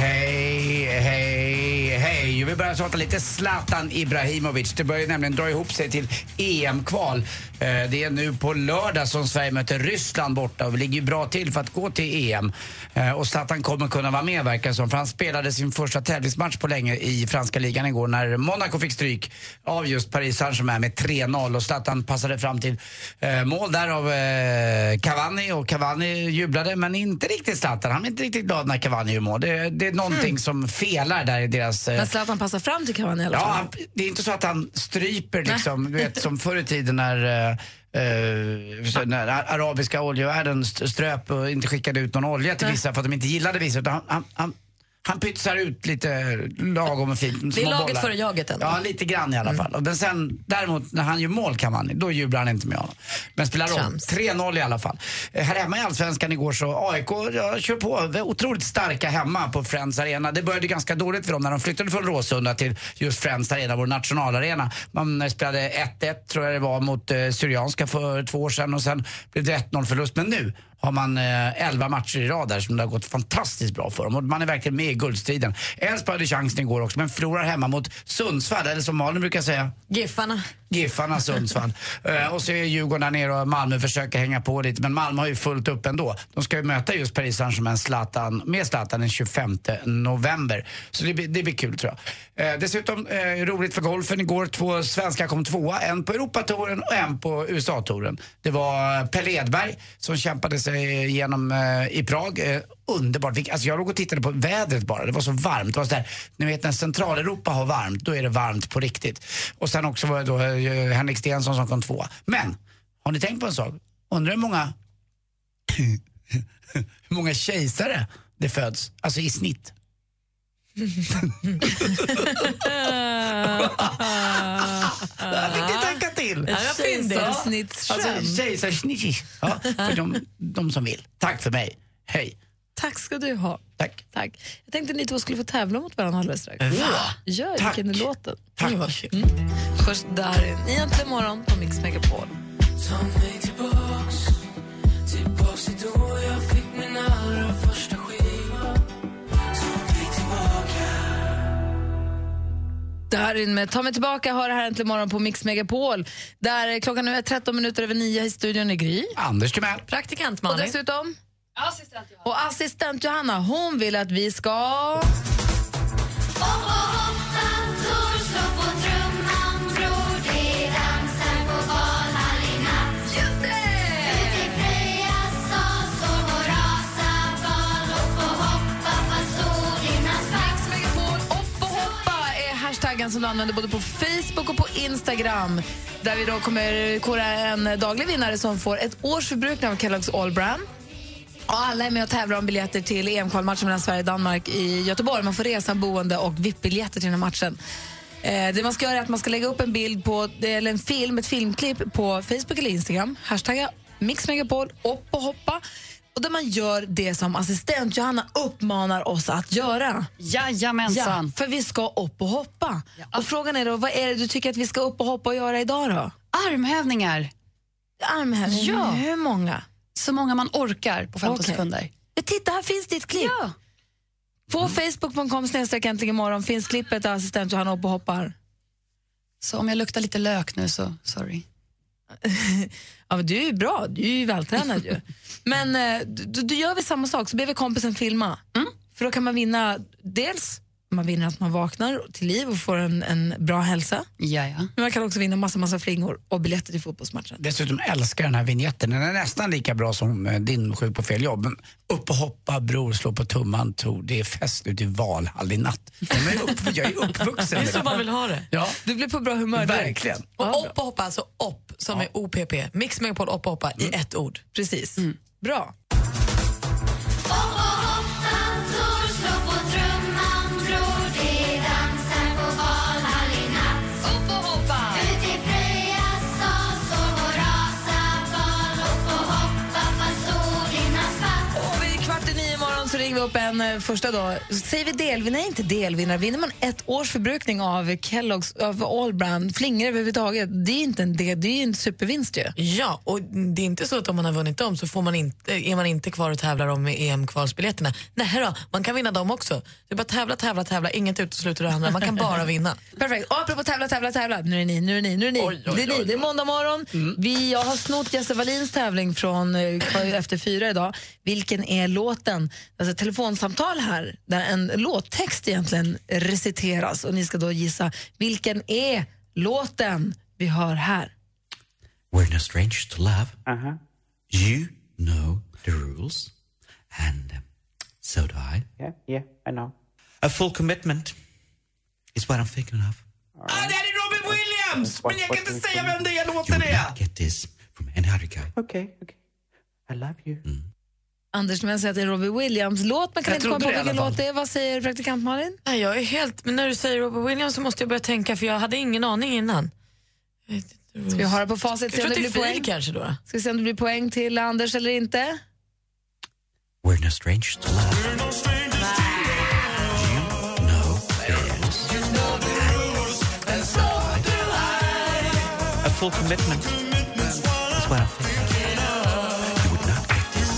Hej. Vi börjar prata lite Zlatan Ibrahimovic. Det börjar nämligen dra ihop sig till EM-kval. Det är nu på lördag som Sverige möter Ryssland borta och vi ligger ju bra till för att gå till EM. Och Zlatan kommer kunna vara med verkar som, för han spelade sin första tävlingsmatch på länge i franska ligan igår när Monaco fick stryk av just Paris Saint-Germain med 3-0 och Zlatan passade fram till mål där av Cavani och Cavani jublade men inte riktigt Zlatan. Han är inte riktigt glad när Cavani gör mål. Det är någonting som felar där i deras... Men Zlatan passar fram till Cavani i alla fall. Ja, det är inte så att han stryper liksom, du vet som förr i tiden när arabiska oljevärlden ströp och inte skickade ut någon olja till vissa för att de inte gillade vissa. Utan han pytsar ut lite lagom och fint. Det är laget före jaget ändå. Ja, lite grann i alla fall. Men sen, däremot, när han gör mål kan man, då jublar han inte med honom. Men spelar om. 3-0 i alla fall. Här hemma i Allsvenskan igår så AIK kör på otroligt starka hemma på Friends Arena. Det började ganska dåligt för dem när de flyttade från Råsunda till just Friends Arena, vår nationalarena. Man spelade 1-1 tror jag det var mot Syrianska för 2 år sedan och sen blev det 1-0 förlust. Men nu har man 11 matcher i rad där som det har gått fantastiskt bra för dem. Och man är verkligen med i guldstriden. Elfsborg hade chansen igår också, men förlorar hemma mot Sundsvall, eller som Malin brukar säga. Giffarna Sundsvall. Och så är Djurgården där nere och Malmö försöker hänga på lite, men Malmö har ju fullt upp ändå. De ska ju möta just Paris Saint-Germain med Zlatan den 25 november. Så det blir kul tror jag. Dessutom roligt för golfen igår. 2 svenskar kom 2, en på Europatouren och en på USA-touren. Det var Pelle Edberg som kämpade sig igenom i Prag. Underbart. Alltså jag låg och tittade på vädret bara. Det var så varmt. Det var så där, ni vet när Centraleuropa har varmt, då är det varmt på riktigt. Och sen också var det då Henrik Stensson som kom 2. Men, har ni tänkt på en sak? Undrar hur många kejsare det föds? Alltså i snitt. Jag fick inte tänka till. Kejsarsnitt. Ja, för de som vill. Tack för mig. Hej. Tack ska du ha. Tack. Jag tänkte ni 2 skulle få tävla mot varandra alldeles strax. Ja, tack. Vilken är låten? Tack. Först där i Äntligen morgon på Mix Megapol. Ta mig tillbaks till då jag fick min allra första skiva. Ta mig tillbaka. Darin med Ta mig tillbaka har det här Äntligen morgon på Mix Megapol. Där klockan nu är 13 minuter över 9 i studion i Gry. Anders Timell. Praktikant Malin. Och dessutom assistent Johanna, hon vill att vi ska... Som du använder både på Facebook och på Instagram, där vi då kommer kora en daglig vinnare som får ett års förbrukning av Kellogg's All Brand. Och alla är med och tävlar om biljetter till EM-kvalmatchen mellan Sverige och Danmark i Göteborg. Man får resa, boende och VIP-biljetter till den här matchen. Det man ska göra är att man ska lägga upp en bild på, eller ett filmklipp på Facebook eller Instagram. Hashtagga Mix Megapol upp och hoppa. Och där man gör det som assistent Johanna uppmanar oss att göra. Jajamensan. Ja, för vi ska upp och hoppa. Ja. Och frågan är då, vad är det du tycker att vi ska upp och hoppa och göra idag då? Armhävningar. Ja. Hur många? Så många man orkar på 15 sekunder. Titta, här finns ditt klipp. Ja. På facebook.com/äntligenmorgon finns klippet där assistent Johanna upp och hoppar. Så om jag luktar lite lök nu så, sorry. Ja, men du är ju bra, du är ju vältränad ju. Men då gör vi samma sak, så ber vi kompisen filma. För då kan man vinna, dels man vinner att man vaknar till liv och får en bra hälsa. Jaja. Men man kan också vinna massa flingor och biljetter till fotbollsmatchen. Dessutom älskar den här vignetten. Den är nästan lika bra som din Sjuk på fel jobb. Men upp och hoppa, bror, slå på tumman, Tor. Det är fest ute i Valhall i natt. Jag är uppvuxen. Det är så man vill ha det. Ja. Du blir på bra humör. Verkligen. Och upp och hoppa, alltså upp. som är OPP. Mix Megapol Oppa Hoppa i ett ord. Precis. Bra. Så ringer vi upp en första då. Säger vi delvinnare, inte delvinnare. Vinner man ett års förbrukning av Kellogg's, av Allbrand, flingor överhuvudtaget, det är inte det är ju en supervinst ju. Ja, och det är inte så att om man har vunnit dem så får man är man inte kvar och tävlar om EM-kvalsbiljetterna. Nej då, man kan vinna dem också. Det är bara tävla, inget utesluter det andra. Man kan bara vinna. Perfekt. Och apropå tävla. Nu är ni. Det är måndag morgon. Jag har snott Jesse Wallins tävling från efter 4 idag. Vilken är låten? Alltså telefonsamtal här där en låttext egentligen reciteras och ni ska då gissa vilken är låten vi hör här. We're no strangers to love. You know the rules and so do I. Yeah, I know. A full commitment is what I'm thinking of. Det är Robin Williams! Men jag kan inte säga vem det är låten är. You will not get this from any other guy. Okay. I love you. Anders, men jag säger att det är Robbie Williams låt. Man kan inte komma på vilken låt det är. Vad säger praktikant Malin? Nej, jag är helt... Men när du säger Robbie Williams så måste jag börja tänka, för jag hade ingen aning innan. Ska vi höra på facit? Jag tror att det är poäng kanske då. Ska vi se om det blir poäng till Anders eller inte? We're no strangers to love. We're no strangers to love. You know the rules. And so do I. A full commitment is what I'm thinking of. You would not get this.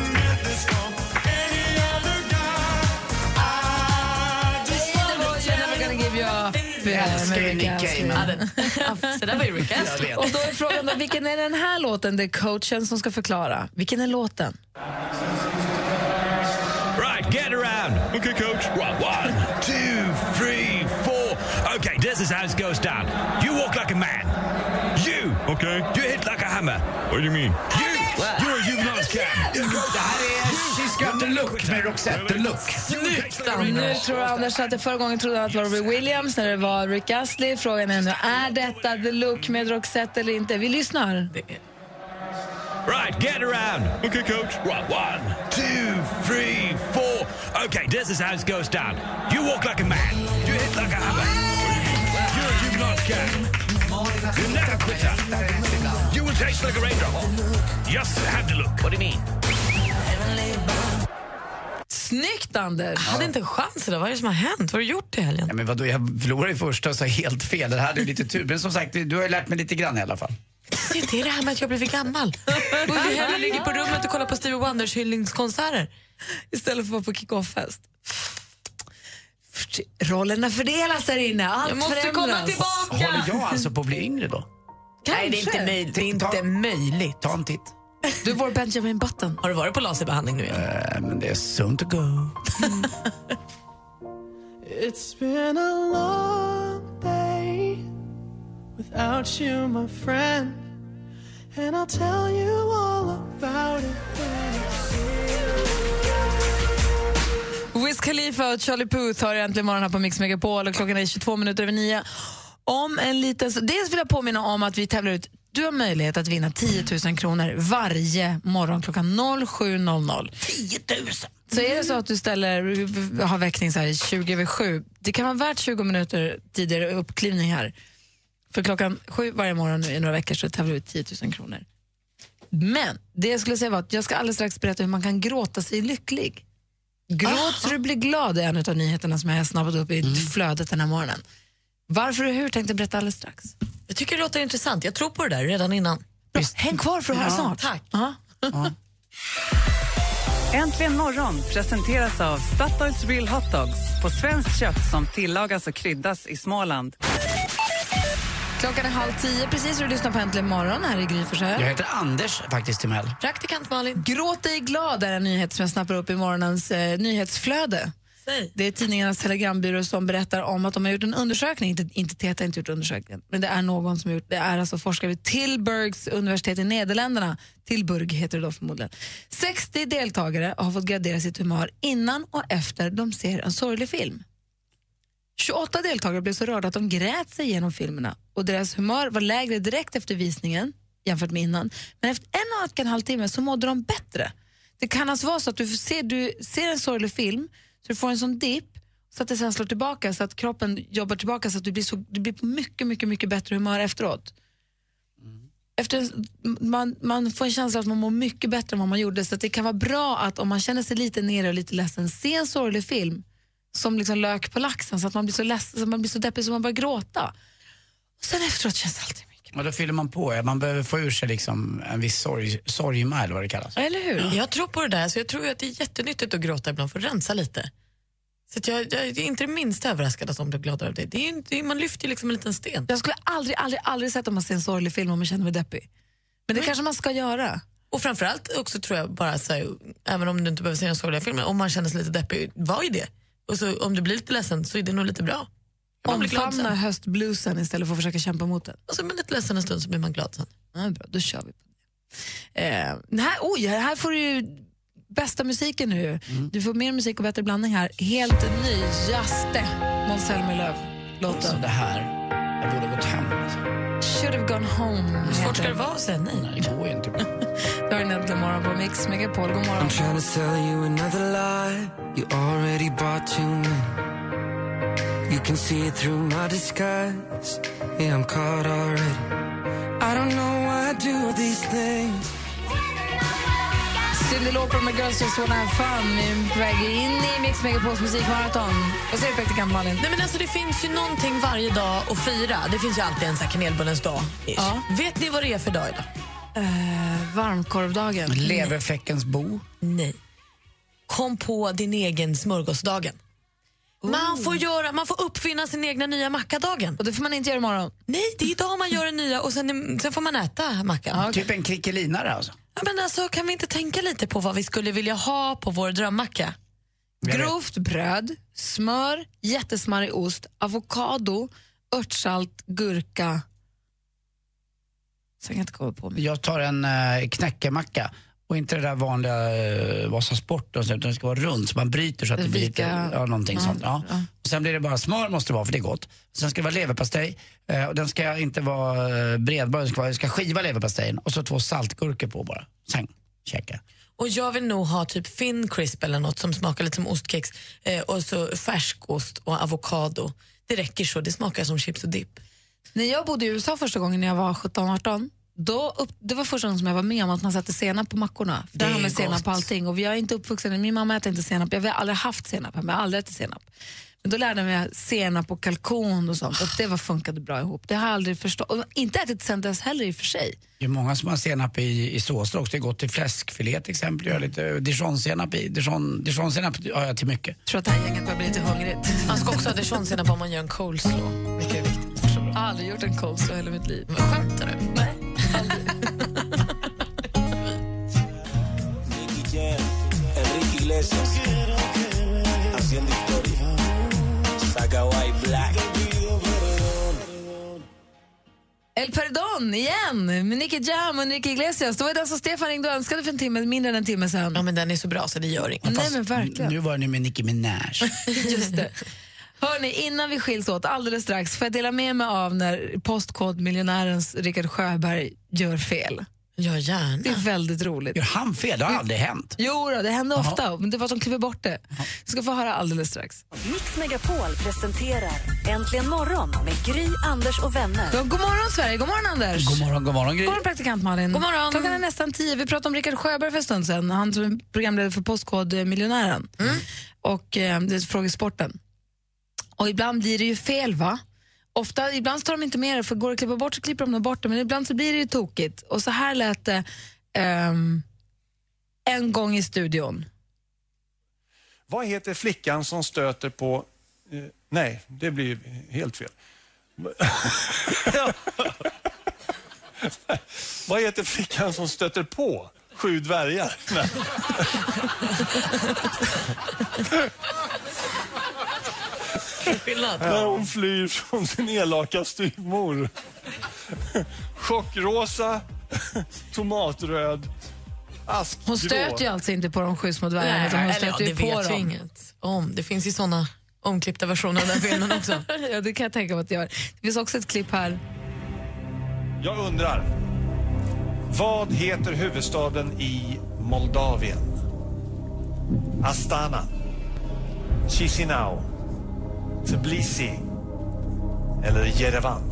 Så där var ju Rick Astley. Och då är frågan då, vilken är den här låten? Det är coachen som ska förklara. Vilken är låten? Right, get around. Okay, coach. Right, 1, 2, 3, 4. Okay, this is how it goes down. You walk like a man. You. Okay. You hit like a hammer. What do you mean? You're a juvenile scam. Det här är She's Got the Look med Roxette the Look. Snyggt, nu tror Anders att det förra gången trodde att det var Robbie Williams när det var Rick Astley. Frågan är nu, är detta The Look med Roxette eller inte? Vi lyssnar. Right, get around. Okay, coach. Right, 1, 2, 3, 4. Okay, this is how it goes down. You walk like a man. You hit like a hammer. You're a juvenile scam. You never quit that. You will taste like a raindrop. Just have the look. What do you mean? Snyggt, Anders! Jag hade inte en chans idag. Vad är det som har hänt? Vad har du gjort i helgen? Ja, men vadå, jag förlorade i första och sa helt fel. Det här är lite tur. Men som sagt, du har ju lärt mig lite grann i alla fall. Det är det här med att jag blivit gammal. Och vi hellre ligger på rummet och kollar på Stevie Wonders hyllningskonserter istället för att vara på kick-off-fest. Rollerna fördelas där inne. Allt jag måste förändras. komma tillbaka. Håller jag alltså på att bli yngre då? Kanske. Nej, det är inte möjligt. Det är inte möjligt. Ta en titt. Du var Benjamin Button. Har du varit på laserbehandling nu igen? Men det är soon to go. It's been a long day without you, my friend, and I'll tell you all about it when I see you. Wiz Khalifa och Charlie Puth har äntligen morgon här på Mix Megapol och klockan är 22:09. Om en liten... Dels vill jag påminna om att vi tävlar ut. Du har möjlighet att vinna 10 000 kronor varje morgon klockan 07:00. 10 000! Så är det så att du har väckning så här 20:07. Det kan vara värt 20 minuter tidigare uppklivning här. För klockan 7 varje morgon i några veckor så tävlar vi ut 10 000 kronor. Men det jag skulle säga var att jag ska alldeles strax berätta hur man kan gråta sig lycklig. Gråt så du blir glad är en av nyheterna som jag har snabbat upp i flödet den här morgonen. Varför och hur tänkte jag berätta alldeles strax. Jag tycker det låter intressant. Jag tror på det där redan innan. Häng kvar för att höra snart. Tack. Äntligen morgon presenteras av Statoils Real Hot Dogs på svenskt kött som tillagas och kryddas i Småland. Klockan är 9:30, precis, du lyssnar på Äntligen morgon här i Gry Forssell. Jag heter Anders faktiskt, Timell. Praktikant Malin. Gråt dig glad är en nyhet som jag snappar upp i morgonens nyhetsflöde. Säg. Det är tidningarnas telegrambyrå som berättar om att de har gjort en undersökning. Inte TETA har inte gjort undersökningen, men det är någon som har gjort. Det är alltså forskare vid Tilburgs universitet i Nederländerna. Tilburg heter det då förmodligen. 60 deltagare har fått gradera sitt humör innan och efter de ser en sorglig film. 28 deltagare blev så rörda att de grät sig igenom filmerna och deras humör var lägre direkt efter visningen jämfört med innan. Men efter 1,5 timme så mådde de bättre. Det kan alltså vara så att du ser en sorglig film så du får en sån dipp så att det sen slår tillbaka så att kroppen jobbar tillbaka så att du blir på mycket, mycket, mycket bättre humör efteråt. Man får en känsla att man mår mycket bättre än vad man gjorde, så att det kan vara bra att om man känner sig lite nere och lite ledsen, se en sorglig film som liksom lök på laxen så att man blir så ledsen, så man blir så deppig så man börjar gråta. Och sen efteråt känns det alltid mycket. Och då fyller man på, man behöver få ur sig liksom en viss sorgma eller vad det kallas. Eller hur? Jag tror på det där, så jag tror att det är jättenyttigt att gråta ibland för att rensa lite. Så att jag är inte det minsta överraskad att de blir glada av det. Man lyfter liksom en liten sten. Jag skulle aldrig sett om man ser en sorglig film om man känner mig deppig. Men det kanske man ska göra. Och framförallt också tror jag bara så här, även om du inte behöver se en sorgliga film, om man känner sig lite deppig, vad är det? Och så om du blir lite ledsen så är det nog lite bra. Omfamna höstbluesen istället för att försöka kämpa mot den. Och så med lite ledsen en stund så blir man glad sen. Ja, bra, då kör vi på det. Här får du ju bästa musiken nu. Du får mer musik och bättre blandning här. Helt nyaste Måns Zelmerlöw-låten. Så det här, jag borde gått hem. Should have gone home. Hur svårt ska det vara att säga nej? Nej, det går ju inte. Du har en äntligen morgon på Mix Megapol. God morgon. I'm trying to tell you another lie. You already bought too many. You can see it through my disguise. Yeah, I'm caught already. I don't know why I do these things. Cyndi Lauper med Girls Just Wanna Have Fun är på väg in i Mix Megapols musikmaraton. Vad säger du, praktikant Malin? Nej, men alltså, det finns ju någonting varje dag att fira. Det finns ju alltid en sån här kanelbullens dag. Ja. Vet ni vad det är för dag idag? Varmkorvdagen. Leverfläckens bo. Nej. Kom på din egen smörgåsdagen. Man får uppfinna sin egna nya mackadagen. Och det får man inte göra imorgon? Nej, det är idag man gör den nya och sen får man äta mackan. Okay. Typ en krickelinare alltså. Ja, men alltså, kan vi inte tänka lite på vad vi skulle vilja ha på vår drömmacka? Grovt bröd, smör, jättesmarrig ost, avokado, örtsalt, gurka. Så jag kan inte komma på mig. Jag tar en knäckemacka. Och inte det där vanliga Vasa Sport, utan det ska vara runt så man bryter så att det blir lite, någonting sånt. Ja. Och sen blir det bara smör, måste det vara, för det är gott. Sen ska det vara leverpastej och den ska inte vara bredbar, den ska skiva leverpastejen och så 2 saltgurkor på bara. Sen käka. Och jag vill nog ha typ Thin Crisp eller något som smakar lite som ostkex och så färskost och avokado. Det räcker så, det smakar som chips och dipp. När jag bodde i USA första gången när jag var 17-18, det var första gången som jag var med om att man satte senap på mackorna. Där har man senap på allting. Och jag är inte uppvuxen, min mamma äter inte senap. Jag har aldrig haft senap, men jag har aldrig ätit senap. Men då lärde jag mig senap och kalkon och sånt. Och det funkade bra ihop. Det har jag aldrig förstått. Och inte ätit sen dess heller i och för sig. Det är många som har senap i såser också. Det är gott till fläskfilé till exempel. Jag har lite dijonsenap i. Dijonsenap har jag till mycket. Jag tror att det här gänget börjar bli lite hungrigt. Man ska också ha dijonsenap om man gör en coleslaw. Mycket viktigt. Jag har aldrig gjort en coleslaw hela mitt liv. Vad skämtar du? Nej. Enrique Iglesias haciendo historia. Saga White Black. El Perdón igen med Nicky Jam och Enrique Iglesias. Det var den som Stefan ringde och önskade för en timme, mindre än en timme sedan. Ja, men den är så bra så det gör inget. Nej, men verkligen. Nu var ni med Nicki Minaj. Just det. Hörrni, innan vi skiljs åt alldeles strax får jag dela med mig av när postkodmiljonärens Rickard Sjöberg gör fel. Ja, gärna. Det är väldigt roligt. Gör han fel? Det har aldrig hänt. Jo, det händer ofta, men det var som kliver bort det. Vi ska få höra alldeles strax. Mix Megapol presenterar Äntligen morgon med Gry, Anders och vänner. Ja, god morgon Sverige, god morgon Anders. God morgon Gry. God morgon praktikant Malin. God morgon. Klockan är nästan 10. Vi pratade om Rickard Sjöberg för en stund sedan. Han som är programledare för Postkodmiljonären. Och det är frågesporten. Och ibland blir det ju fel, va? Ibland tar de inte med det, för går det att klippa bort så klipper de bort det, men ibland så blir det ju tokigt. Och så här lät det en gång i studion. Vad heter flickan som stöter på... nej, det blir helt fel. Vad heter flickan som stöter på 7 dvärgar? När hon flyr från sin elaka styvmor. Chockrosa, tomatröd, askgrå. Hon stöter ju alltså inte på de 7 små dvärgarna, utan hon stöter ju på dem. Inget om. Det finns ju såna omklippta version av den filmen också. Ja, det kan jag tänka mig att det gör. Det finns också ett klipp här. Jag undrar, vad heter huvudstaden i Moldavien? Astana, Chisinau, Tbilisi eller Jerevan?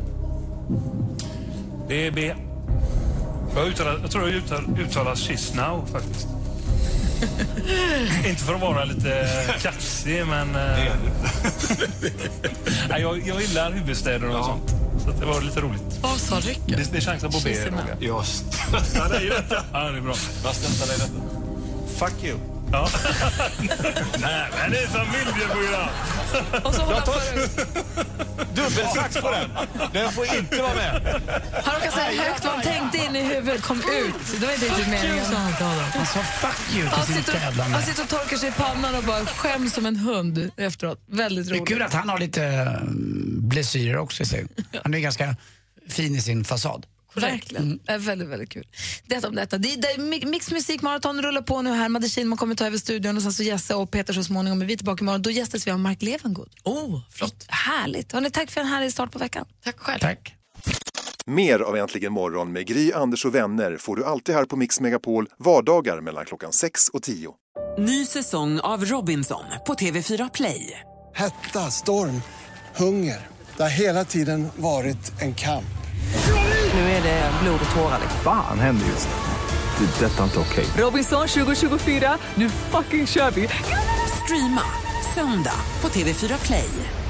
Det är B. Jag tror jag uttalas Chisinau faktiskt. Inte för att vara lite kaxig, men jag gillar huvudstäder och sånt. Så det var lite roligt. Vad sa Rickard? Det är chansen på B. Just. Ja, det är detta. Ja, det är bra. Vad stämmer dig detta? Fuck you. Ja. Nej, men det är familjeprogram. Och så jag tar dubbelsax på den. Den får inte vara med. Han råkade säga högt vad han tänkte in i huvudet kom ut. Det var inte riktigt meningen. Han sa fuck you till sin tävlande. Han sitter och torkar sig i pannan och bara skäms som en hund efteråt. Väldigt roligt. Det är kul att han har lite blessyrer också i sig. Han är ganska fin i sin fasad. Verkligen. Väldigt, väldigt kul. Detta om detta. Mix musikmaraton rullar på nu här. Madde Kihlman kommer ta över studion och sen så Jesse och Peter så småningom är vi tillbaka imorgon. Då gästas vi av Mark Levengood. Flott. Härligt. Hörrni, tack för en härlig start på veckan. Tack själv. Tack. Mer av Äntligen morgon med Gry, Anders och vänner får du alltid här på Mix Megapol vardagar mellan klockan 6 och 10. Ny säsong av Robinson på TV4 Play. Hetta, storm, hunger. Det har hela tiden varit en kamp. Nu är det blod och tårar. Fan händer just det. Detta är inte okej. Robinson 2024, nu fucking kör vi. Streama söndag på TV4 Play.